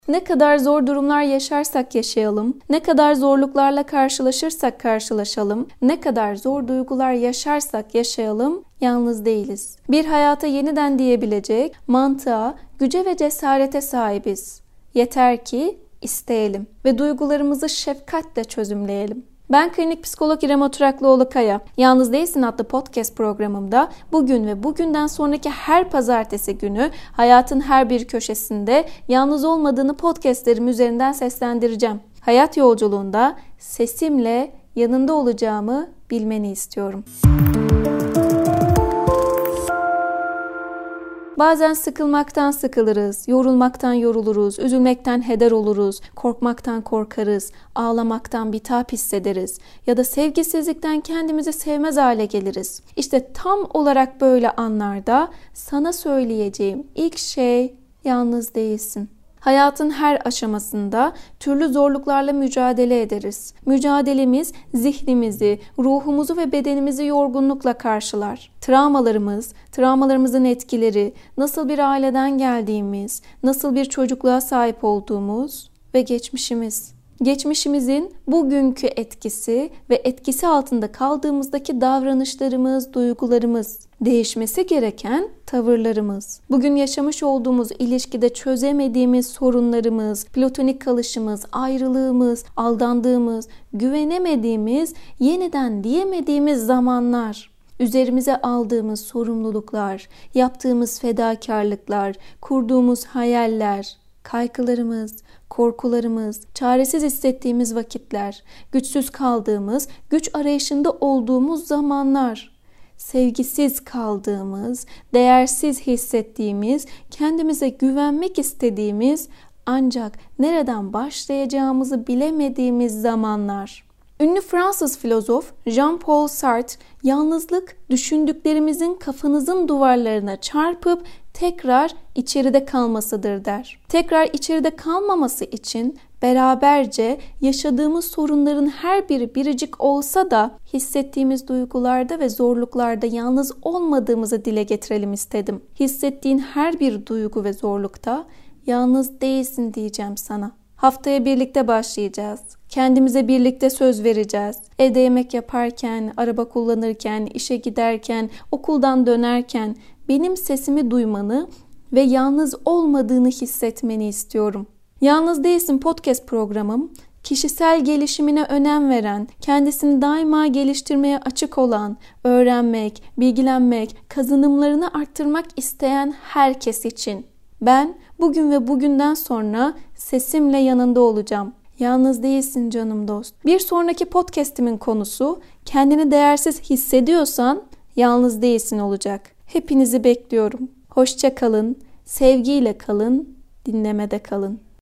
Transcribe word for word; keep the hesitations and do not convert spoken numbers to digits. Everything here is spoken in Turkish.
Ne kadar zor durumlar yaşarsak yaşayalım, ne kadar zorluklarla karşılaşırsak karşılaşalım, ne kadar zor duygular yaşarsak yaşayalım, yalnız değiliz. Bir hayata yeniden diyebilecek mantığa, güce ve cesarete sahibiz. Yeter ki isteyelim ve duygularımızı şefkatle çözümleyelim. Ben klinik psikolog İrem Oturaklıoğlu Kaya. Yalnız Değilsin adlı podcast programımda bugün ve bugünden sonraki her pazartesi günü hayatın her bir köşesinde yalnız olmadığını podcastlerim üzerinden seslendireceğim. Hayat yolculuğunda sesimle yanında olacağımı bilmeni istiyorum. Bazen sıkılmaktan sıkılırız, yorulmaktan yoruluruz, üzülmekten heder oluruz, korkmaktan korkarız, ağlamaktan bitap hissederiz ya da sevgisizlikten kendimizi sevmez hale geliriz. İşte tam olarak böyle anlarda sana söyleyeceğim ilk şey yalnız değilsin. Hayatın her aşamasında türlü zorluklarla mücadele ederiz. Mücadelemiz zihnimizi, ruhumuzu ve bedenimizi yorgunlukla karşılar. Travmalarımız, travmalarımızın etkileri, nasıl bir aileden geldiğimiz, nasıl bir çocukluğa sahip olduğumuz ve geçmişimiz. Geçmişimizin bugünkü etkisi ve etkisi altında kaldığımızdaki davranışlarımız, duygularımız, değişmesi gereken tavırlarımız, bugün yaşamış olduğumuz ilişkide çözemediğimiz sorunlarımız, platonik kalışımız, ayrılığımız, aldandığımız, güvenemediğimiz, yeniden diyemediğimiz zamanlar, üzerimize aldığımız sorumluluklar, yaptığımız fedakarlıklar, kurduğumuz hayaller, kaygılarımız, korkularımız, çaresiz hissettiğimiz vakitler, güçsüz kaldığımız, güç arayışında olduğumuz zamanlar, sevgisiz kaldığımız, değersiz hissettiğimiz, kendimize güvenmek istediğimiz ancak nereden başlayacağımızı bilemediğimiz zamanlar. Ünlü Fransız filozof Jean-Paul Sartre, yalnızlık düşündüklerimizin kafanızın duvarlarına çarpıp tekrar içeride kalmasıdır der. Tekrar içeride kalmaması için beraberce yaşadığımız sorunların her biri biricik olsa da hissettiğimiz duygularda ve zorluklarda yalnız olmadığımızı dile getirelim istedim. Hissettiğin her bir duygu ve zorlukta yalnız değilsin diyeceğim sana. Haftaya birlikte başlayacağız. Kendimize birlikte söz vereceğiz. Evde yemek yaparken, araba kullanırken, işe giderken, okuldan dönerken benim sesimi duymanı ve yalnız olmadığını hissetmeni istiyorum. Yalnız Değilsin podcast programım, kişisel gelişimine önem veren, kendisini daima geliştirmeye açık olan, öğrenmek, bilgilenmek, kazanımlarını arttırmak isteyen herkes için. Ben bugün ve bugünden sonra sesimle yanında olacağım. Yalnız değilsin canım dost. Bir sonraki podcast'imin konusu kendini değersiz hissediyorsan yalnız değilsin olacak. Hepinizi bekliyorum. Hoşça kalın, sevgiyle kalın, dinlemede kalın.